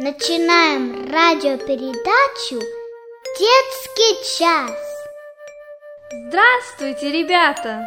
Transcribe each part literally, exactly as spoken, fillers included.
Начинаем радиопередачу «Детский час». Здравствуйте, ребята!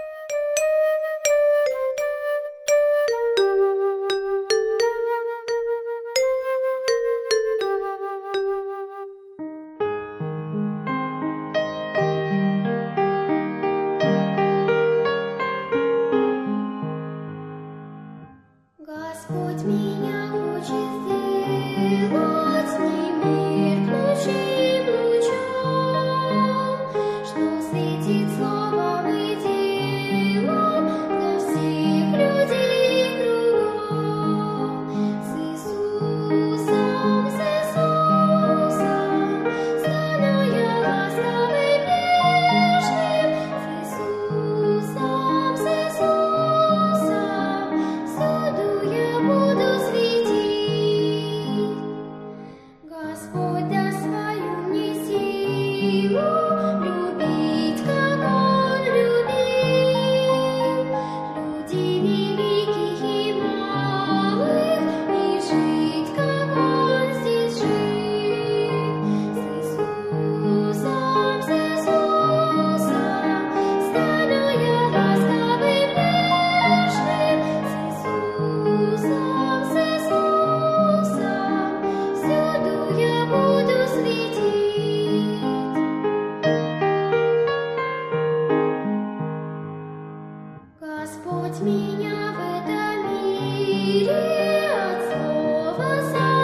Господь меня учит сделать с ним мир лучшим лучом, что светит словом и делом для всех людей кругом. С Иисусом, с Иисусом стану я ласковым, нежным, с Иисусом, с Иисусом всюду я буду светить. Господь даст свою мне силу любить, как Он любил, людей великих и малых, и жить, как Он здесь жил. С Иисусом, с Иисусом стану я ласковым, нежным, с Иисусом, с Иисусом всюду я буду светить. Господь меня в этом мире от слова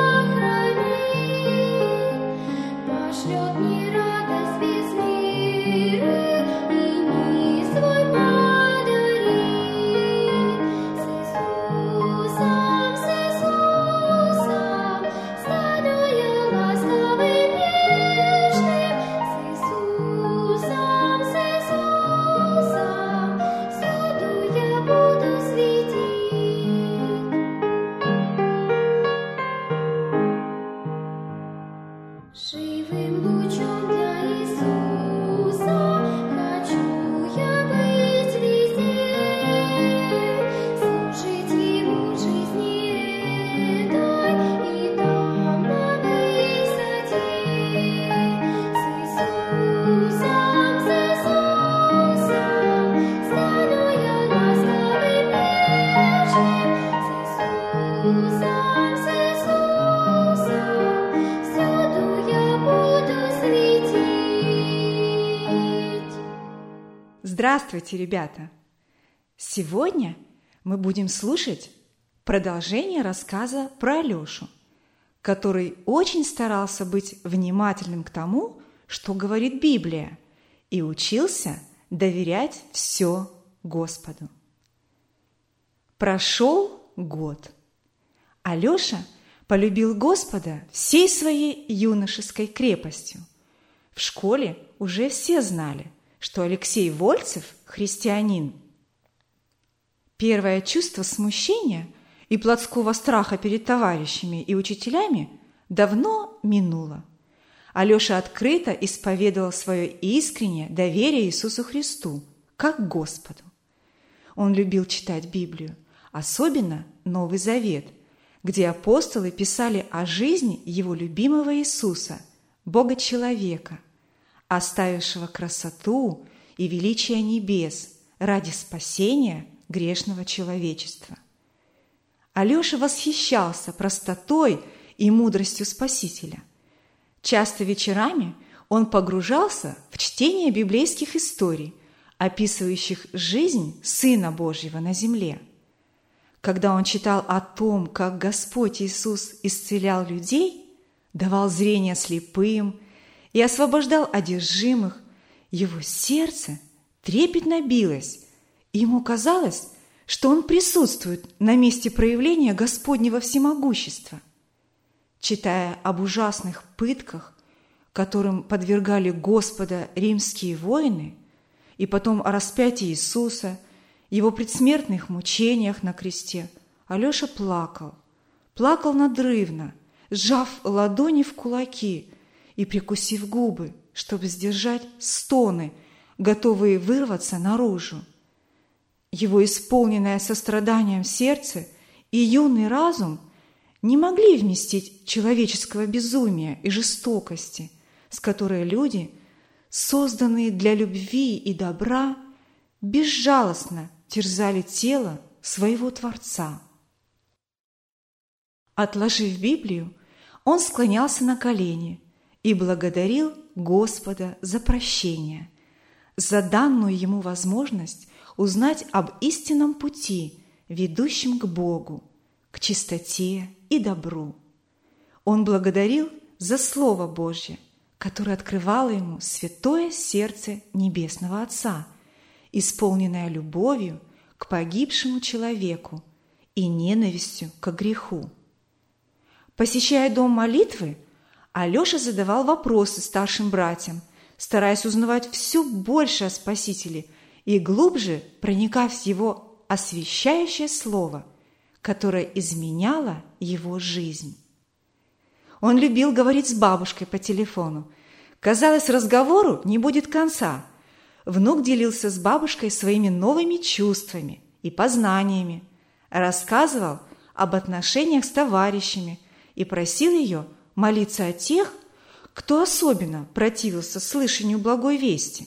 сохранит, пошлет мне радость без меры и мир свой подарит. С Иисусом, с Иисусом стану я ласковым, нежным, с Иисусом, с Иисусом всюду я буду светить. Живым лучом для Иисуса хочу я быть везде, служить Ему жизни этой и там на высоте. С Иисусом, с Иисусом стану я ласковым, нежным, с Иисусом, с Иисусом всюду я буду светить. Здравствуйте, ребята! Сегодня мы будем слушать продолжение рассказа про Алешу, который очень старался быть внимательным к тому, что говорит Библия, и учился доверять все Господу. Прошел год. Алеша полюбил Господа всей своей юношеской крепостью. В школе уже все знали, что Алексей Вольцев – христианин. Первое чувство смущения и плотского страха перед товарищами и учителями давно минуло. Алеша открыто исповедовал свое искреннее доверие Иисусу Христу, как Господу. Он любил читать Библию, особенно Новый Завет, где апостолы писали о жизни его любимого Иисуса, Бога-человека, оставившего красоту и величие небес ради спасения грешного человечества. Алеша восхищался простотой и мудростью Спасителя. Часто вечерами он погружался в чтение библейских историй, описывающих жизнь Сына Божьего на земле. Когда он читал о том, как Господь Иисус исцелял людей, давал зрение слепым и освобождал одержимых, его сердце трепетно билось, и ему казалось, что он присутствует на месте проявления Господнего всемогущества. Читая об ужасных пытках, которым подвергали Господа римские воины, и потом о распятии Иисуса, его предсмертных мучениях на кресте, Алеша плакал, плакал надрывно, сжав ладони в кулаки и прикусив губы, чтобы сдержать стоны, готовые вырваться наружу. Его исполненное состраданием сердце и юный разум не могли вместить человеческого безумия и жестокости, с которой люди, созданные для любви и добра, безжалостно терзали тело своего Творца. Отложив Библию, он склонялся на колени и благодарил Господа за прощение, за данную ему возможность узнать об истинном пути, ведущем к Богу, к чистоте и добру. Он благодарил за Слово Божье, которое открывало ему святое сердце Небесного Отца, исполненное любовью к погибшему человеку и ненавистью к греху. Посещая дом молитвы, Алеша задавал вопросы старшим братьям, стараясь узнавать все больше о Спасителе и глубже проникав в его освящающее слово, которое изменяло его жизнь. Он любил говорить с бабушкой по телефону. Казалось, разговору не будет конца. Внук делился с бабушкой своими новыми чувствами и познаниями, рассказывал об отношениях с товарищами и просил ее молиться о тех, кто особенно противился слышанию благой вести.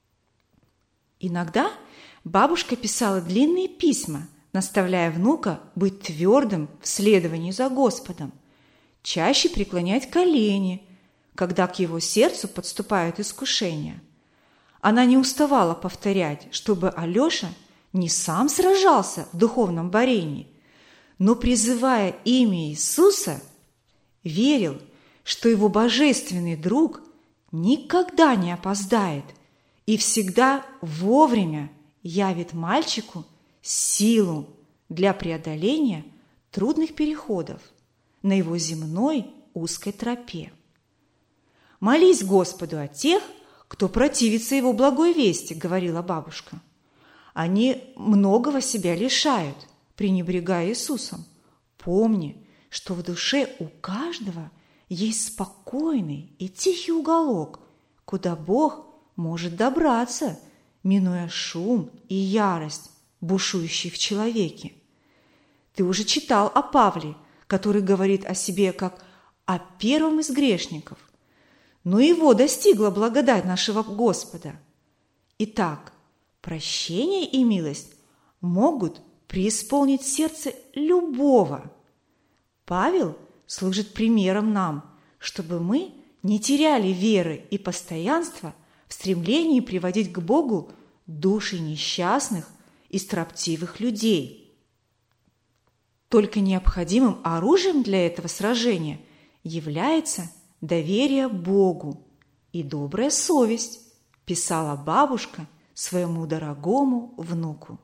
Иногда бабушка писала длинные письма, наставляя внука быть твердым в следовании за Господом, чаще преклонять колени, когда к его сердцу подступают искушения. Она не уставала повторять, чтобы Алеша не сам сражался в духовном борении, но, призывая имя Иисуса, верил, что его божественный друг никогда не опоздает и всегда вовремя явит мальчику силу для преодоления трудных переходов на его земной узкой тропе. «Молись Господу о тех, кто противится его благой вести», — говорила бабушка. «Они многого себя лишают, пренебрегая Иисусом. Помни, что в душе у каждого есть спокойный и тихий уголок, куда Бог может добраться, минуя шум и ярость, бушующий в человеке. Ты уже читал о Павле, который говорит о себе как о первом из грешников, но его достигла благодать нашего Господа. Итак, прощение и милость могут преисполнить сердце любого. Павел служит примером нам, чтобы мы не теряли веры и постоянства в стремлении приводить к Богу души несчастных и строптивых людей. Только необходимым оружием для этого сражения является доверие Богу и добрая совесть, писала бабушка своему дорогому внуку.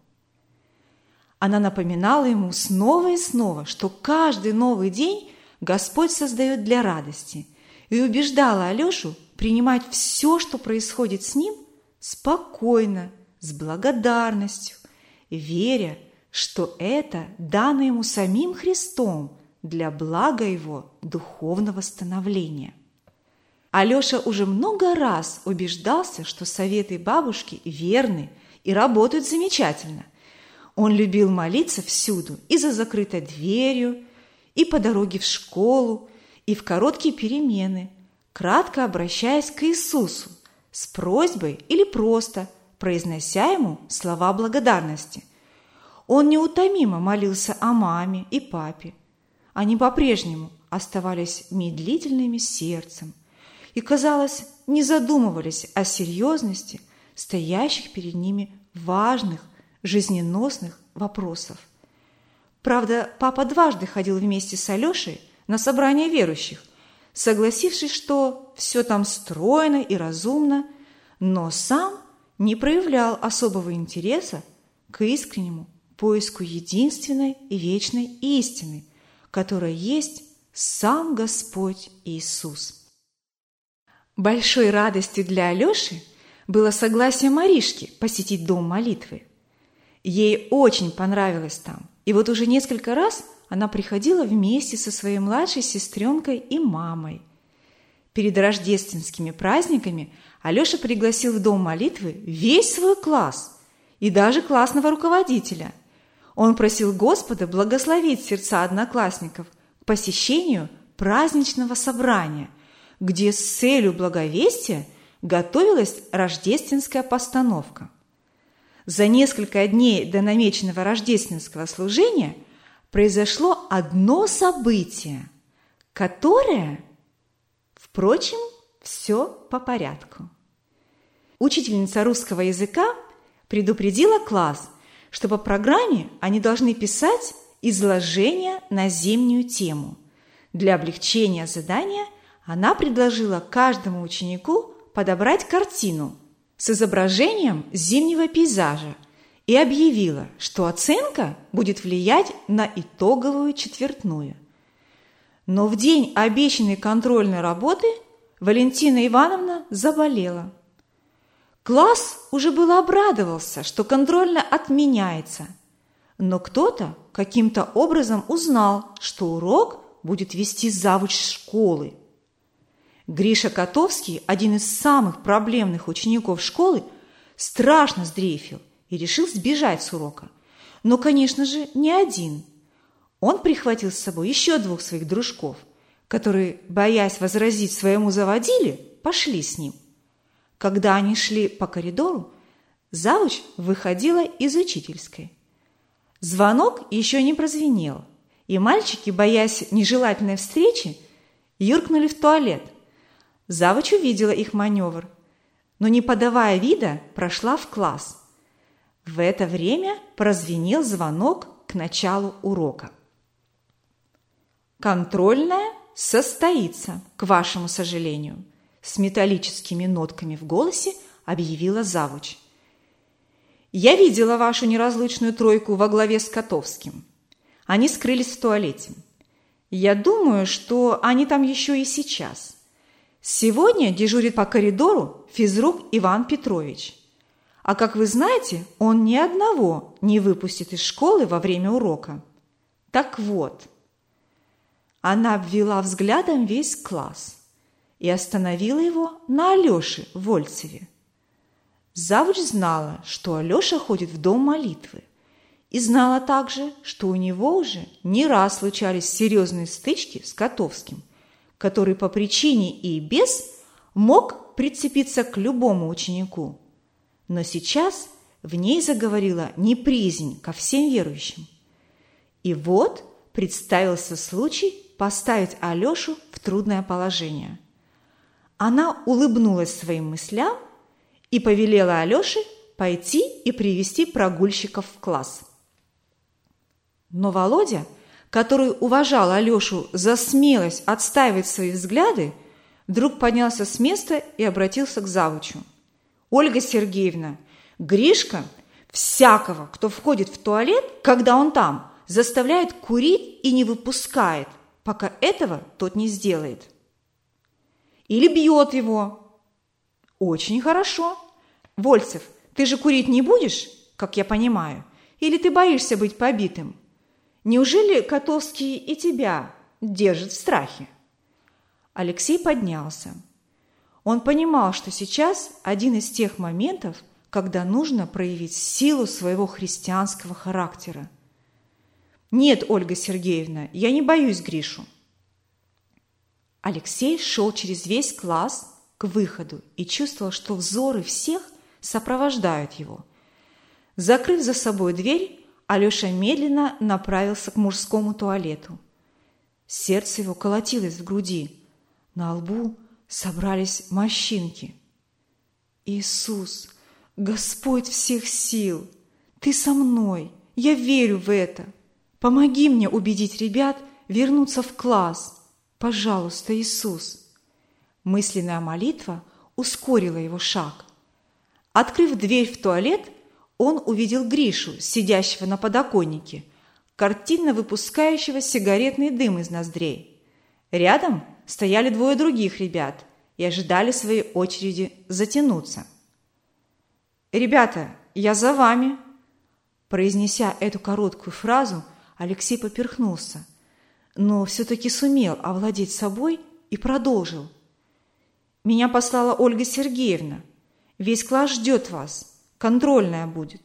Она напоминала ему снова и снова, что каждый новый день Господь создает для радости, и убеждала Алешу принимать все, что происходит с ним, спокойно, с благодарностью, веря, что это дано ему самим Христом для блага его духовного становления. Алеша уже много раз убеждался, что советы бабушки верны и работают замечательно. Он любил молиться всюду, и за закрытой дверью, и по дороге в школу, и в короткие перемены, кратко обращаясь к Иисусу с просьбой или просто произнося ему слова благодарности. Он неутомимо молился о маме и папе. Они по-прежнему оставались медлительными сердцем и, казалось, не задумывались о серьезности стоящих перед ними важных, жизненосных вопросов. Правда, папа дважды ходил вместе с Алешей на собрание верующих, согласившись, что все там стройно и разумно, но сам не проявлял особого интереса к искреннему поиску единственной и вечной истины, которая есть сам Господь Иисус. Большой радостью для Алеши было согласие Маришки посетить дом молитвы. Ей очень понравилось там, и вот уже несколько раз она приходила вместе со своей младшей сестренкой и мамой. Перед рождественскими праздниками Алеша пригласил в дом молитвы весь свой класс и даже классного руководителя. Он просил Господа благословить сердца одноклассников к посещению праздничного собрания, где с целью благовестия готовилась рождественская постановка. За несколько дней до намеченного рождественского служения произошло одно событие, которое, впрочем, все по порядку. Учительница русского языка предупредила класс, что по программе они должны писать изложение на зимнюю тему. Для облегчения задания она предложила каждому ученику подобрать картину с изображением зимнего пейзажа и объявила, что оценка будет влиять на итоговую четвертную. Но в день обещанной контрольной работы Валентина Ивановна заболела. Класс уже было обрадовался, что контрольная отменяется, но кто-то каким-то образом узнал, что урок будет вести завуч школы. Гриша Котовский, один из самых проблемных учеников школы, страшно сдрейфил и решил сбежать с урока. Но, конечно же, не один. Он прихватил с собой еще двух своих дружков, которые, боясь возразить своему заводиле, пошли с ним. Когда они шли по коридору, завуч выходила из учительской. Звонок еще не прозвенел, и мальчики, боясь нежелательной встречи, юркнули в туалет. Завуч увидела их маневр, но, не подавая вида, прошла в класс. В это время прозвенел звонок к началу урока. «Контрольная состоится, к вашему сожалению», с металлическими нотками в голосе объявила завуч. «Я видела вашу неразлучную тройку во главе с Котовским. Они скрылись в туалете. Я думаю, что они там еще и сейчас. Сегодня дежурит по коридору физрук Иван Петрович. А как вы знаете, он ни одного не выпустит из школы во время урока. Так вот». Она обвела взглядом весь класс и остановила его на Алёше Вольцеве. Завуч знала, что Алёша ходит в дом молитвы, и знала также, что у него уже не раз случались серьезные стычки с Котовским, который по причине и без мог прицепиться к любому ученику. Но сейчас в ней заговорила неприязнь ко всем верующим. И вот представился случай поставить Алёшу в трудное положение. Она улыбнулась своим мыслям и повелела Алёше пойти и привести прогульщиков в класс. Но Володя, который уважал Алёшу за смелость отстаивать свои взгляды, вдруг поднялся с места и обратился к завучу. «Ольга Сергеевна, Гришка всякого, кто входит в туалет, когда он там, заставляет курить и не выпускает, пока этого тот не сделает. Или бьет его». «Очень хорошо. Вольцев, ты же курить не будешь, как я понимаю? Или ты боишься быть побитым? Неужели Котовский и тебя держит в страхе?» Алексей поднялся. Он понимал, что сейчас один из тех моментов, когда нужно проявить силу своего христианского характера. «Нет, Ольга Сергеевна, я не боюсь Гришу». Алексей шел через весь класс к выходу и чувствовал, что взоры всех сопровождают его. Закрыв за собой дверь, Алеша медленно направился к мужскому туалету. Сердце его колотилось в груди. На лбу собрались морщинки. «Иисус, Господь всех сил, Ты со мной, я верю в это. Помоги мне убедить ребят вернуться в класс. Пожалуйста, Иисус». Мысленная молитва ускорила его шаг. Открыв дверь в туалет, он увидел Гришу, сидящего на подоконнике, картинно выпускающего сигаретный дым из ноздрей. Рядом стояли двое других ребят и ожидали своей очереди затянуться. «Ребята, я за вами!» Произнеся эту короткую фразу, Алексей поперхнулся, но все-таки сумел овладеть собой и продолжил. «Меня послала Ольга Сергеевна. Весь класс ждет вас. Контрольная будет».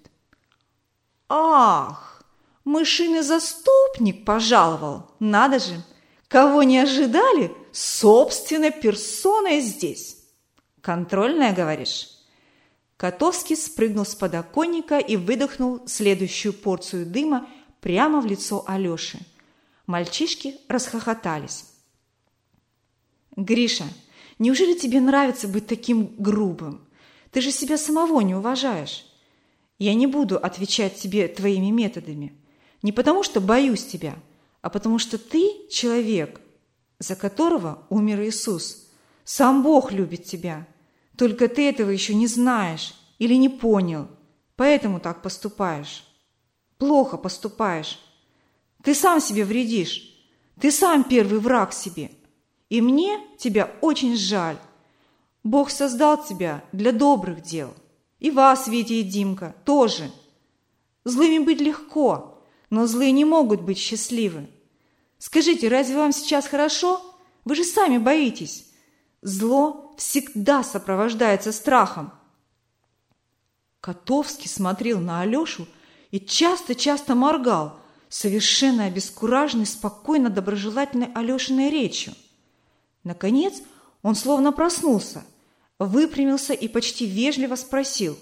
«Ах, мышиный заступник пожаловал! Надо же! Кого не ожидали, собственной персоной здесь. Контрольная, говоришь? Котовский спрыгнул с подоконника и выдохнул следующую порцию дыма прямо в лицо Алёши. Мальчишки расхохотались. «Гриша, неужели тебе нравится быть таким грубым? Ты же себя самого не уважаешь. Я не буду отвечать тебе твоими методами. Не потому, что боюсь тебя, а потому, что ты человек, за которого умер Иисус. Сам Бог любит тебя. Только ты этого еще не знаешь или не понял, поэтому так поступаешь. Плохо поступаешь. Ты сам себе вредишь. Ты сам первый враг себе. И мне тебя очень жаль. Бог создал тебя для добрых дел. И вас, Витя и Димка, тоже. Злыми быть легко, но злые не могут быть счастливы. Скажите, разве вам сейчас хорошо? Вы же сами боитесь. Зло всегда сопровождается страхом. Котовский смотрел на Алешу и часто-часто моргал, совершенно обескураженный спокойно доброжелательной Алешиной речью. Наконец он словно проснулся, выпрямился и почти вежливо спросил: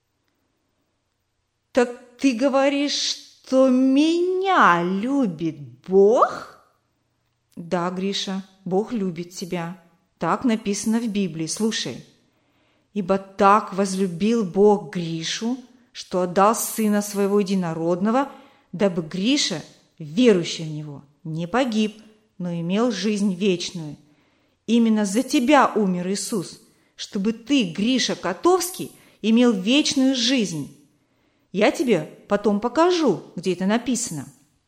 «Так ты говоришь, что меня любит Бог?» «Да, Гриша, Бог любит тебя. Так написано в Библии. Слушай. Ибо так возлюбил Бог Гришу, что отдал Сына Своего Единородного, дабы Гриша, верующий в Него, не погиб, но имел жизнь вечную. Именно за тебя умер Иисус, чтобы ты, Гриша Котовский, имел вечную жизнь. Я тебе потом покажу, где это написано».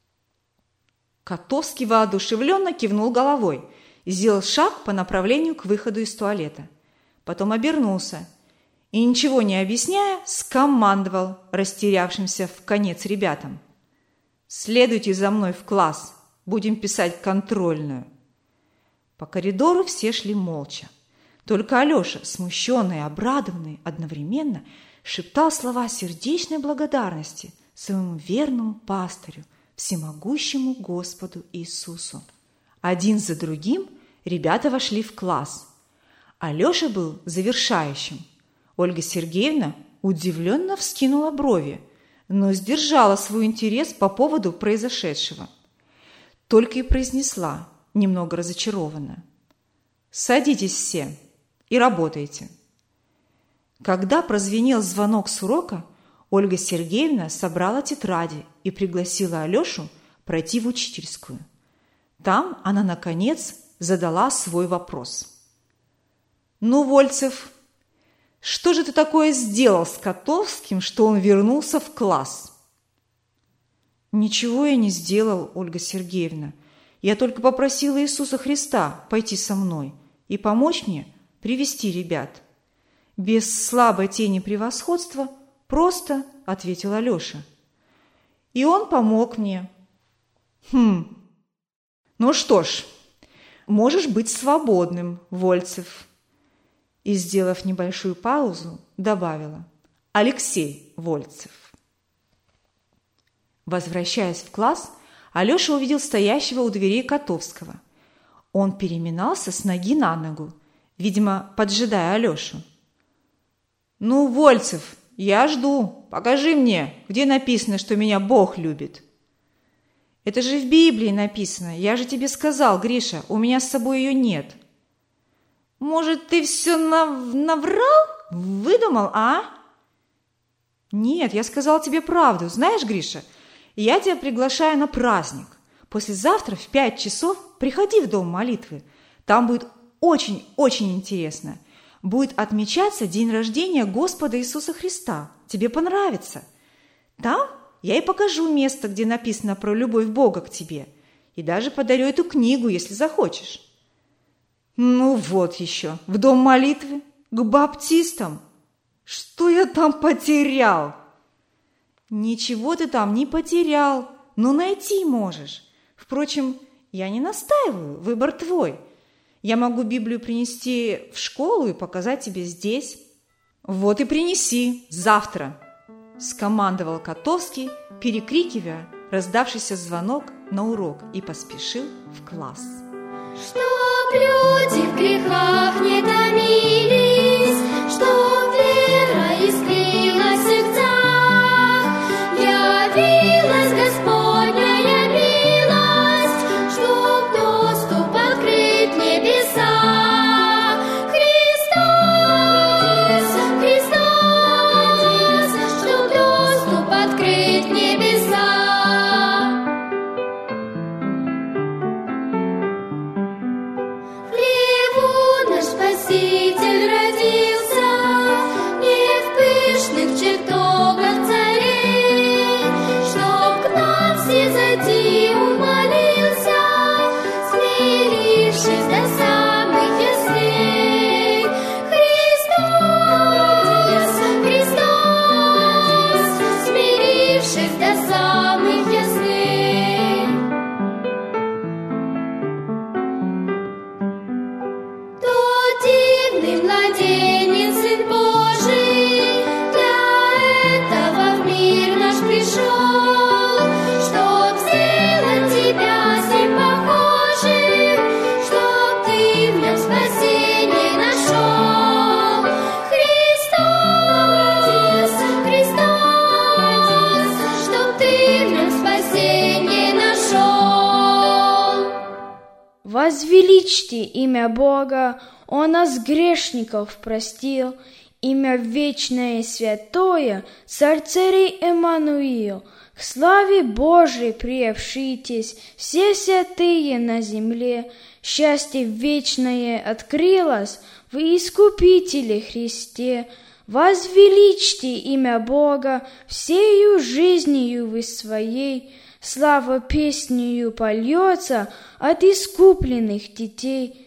Котовский воодушевленно кивнул головой и сделал шаг по направлению к выходу из туалета. Потом обернулся и, ничего не объясняя, скомандовал растерявшимся вконец ребятам: «Следуйте за мной в класс, будем писать контрольную». По коридору все шли молча. Только Алеша, смущенный и обрадованный одновременно, шептал слова сердечной благодарности своему верному пастырю, всемогущему Господу Иисусу. Один за другим ребята вошли в класс. Алеша был завершающим. Ольга Сергеевна удивленно вскинула брови, но сдержала свой интерес по поводу произошедшего. Только и произнесла, немного разочарованно: «Садитесь все и работайте». Когда прозвенел звонок с урока, Ольга Сергеевна собрала тетради и пригласила Алешу пройти в учительскую. Там она, наконец, задала свой вопрос. «Ну, Вольцев, что же ты такое сделал с Котовским, что он вернулся в класс?» «Ничего я не сделал, Ольга Сергеевна. Я только попросила Иисуса Христа пойти со мной и помочь мне привести ребят. Без слабой тени превосходства просто», — ответил Алеша. «И он помог мне». «Хм, ну что ж, можешь быть свободным, Вольцев». И, сделав небольшую паузу, добавила: «Алексей Вольцев». Возвращаясь в класс, Алеша увидел стоящего у дверей Котовского. Он переминался с ноги на ногу, видимо, поджидая Алешу. «Ну, Вольцев, я жду. Покажи мне, где написано, что меня Бог любит». «Это же в Библии написано. Я же тебе сказал, Гриша, у меня с собой ее нет». «Может, ты все нав... наврал? Выдумал, а?» «Нет, я сказал тебе правду. Знаешь, Гриша, я тебя приглашаю на праздник. Послезавтра в пять часов приходи в дом молитвы. Там будет очень-очень интересно. Будет отмечаться день рождения Господа Иисуса Христа. Тебе понравится. Там я и покажу место, где написано про любовь Бога к тебе. И даже подарю эту книгу, если захочешь». «Ну вот еще, в дом молитвы, к баптистам. Что я там потерял?» «Ничего ты там не потерял, но найти можешь. Впрочем, я не настаиваю, выбор твой. Я могу Библию принести в школу и показать тебе здесь». «Вот и принеси завтра», – скомандовал Котовский, перекрикивая раздавшийся звонок на урок, и поспешил в класс. Чтоб люди в грехах не томились, чтоб вера искрилась в сердцах, явилась Господняя милость, чтоб доступ открыть небеса. Христос, Христос, чтоб доступ открыть небеса. Спаситель родился не в пышных чертогах царей, чтоб к нам снизойти умолился, смирившись до самых яслей. Христос, Христос, смирившись до самых яслей. Дивный младенец, Сын Божий, для этого в мир наш пришел, чтоб сделать тебя с ним похожим, чтоб ты в нем спасение нашел. Христос, Христос, чтоб ты в нем спасение нашел. Возвеличьте имя Бога, Он нас грешников простил, имя вечное и святое, Царь царей Эммануил. К славе Божией приобщитесь, все святые на земле, счастье вечное открылось в Искупителе Христе. Возвеличьте имя Бога всею жизнью вы своей, слава песнею польется от искупленных детей.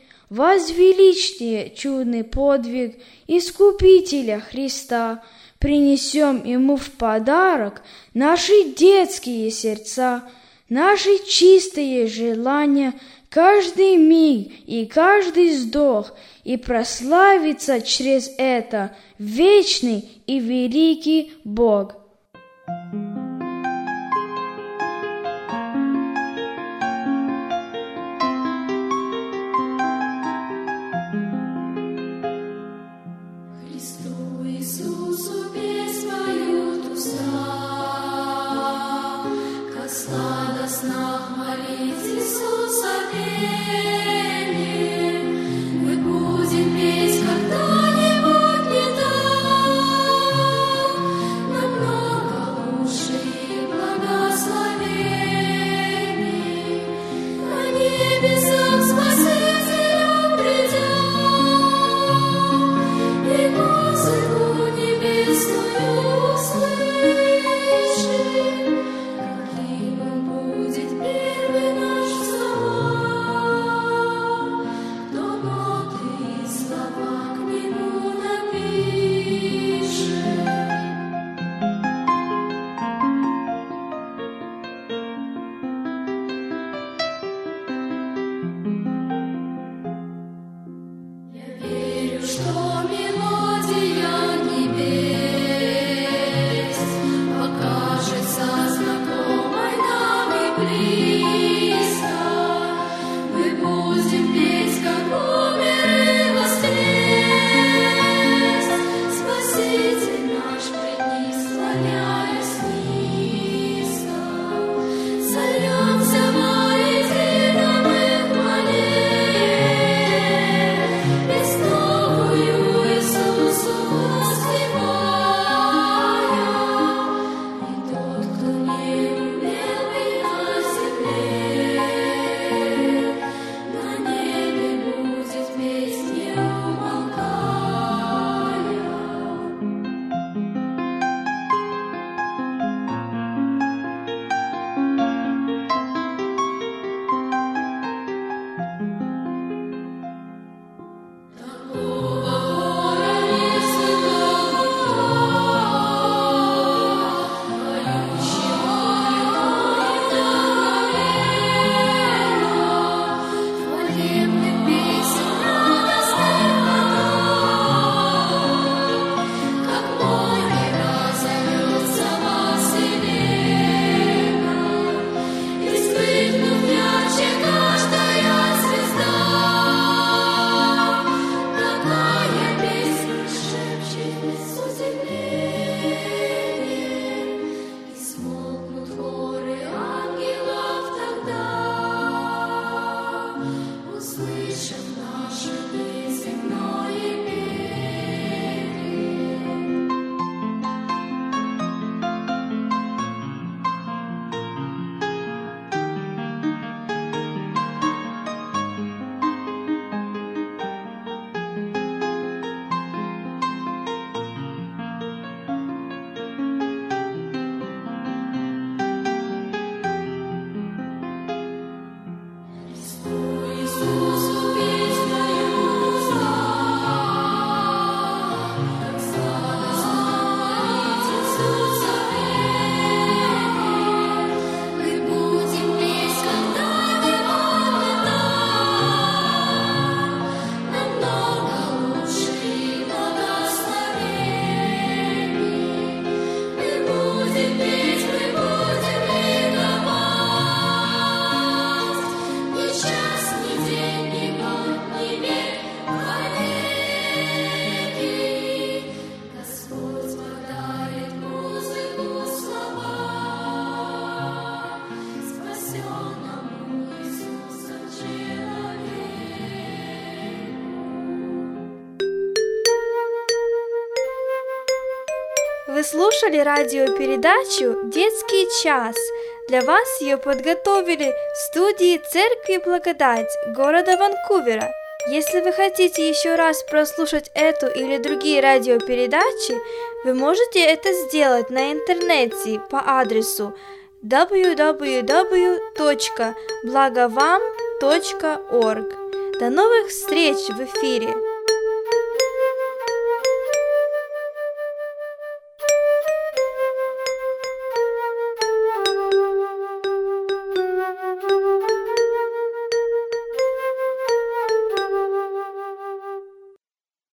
Возвеличьте чудный подвиг Искупителя Христа, принесем Ему в подарок наши детские сердца, наши чистые желания, каждый миг и каждый вздох, и прославится через это вечный и великий Бог. Thank you. слушали радиопередачу «Детский час». Для вас ее подготовили в студии Церкви Благодать города Ванкувера. Если вы хотите еще раз прослушать эту или другие радиопередачи, вы можете это сделать на интернете по адресу дабл ю дабл ю дабл ю точка благовам точка орг. До новых встреч в эфире!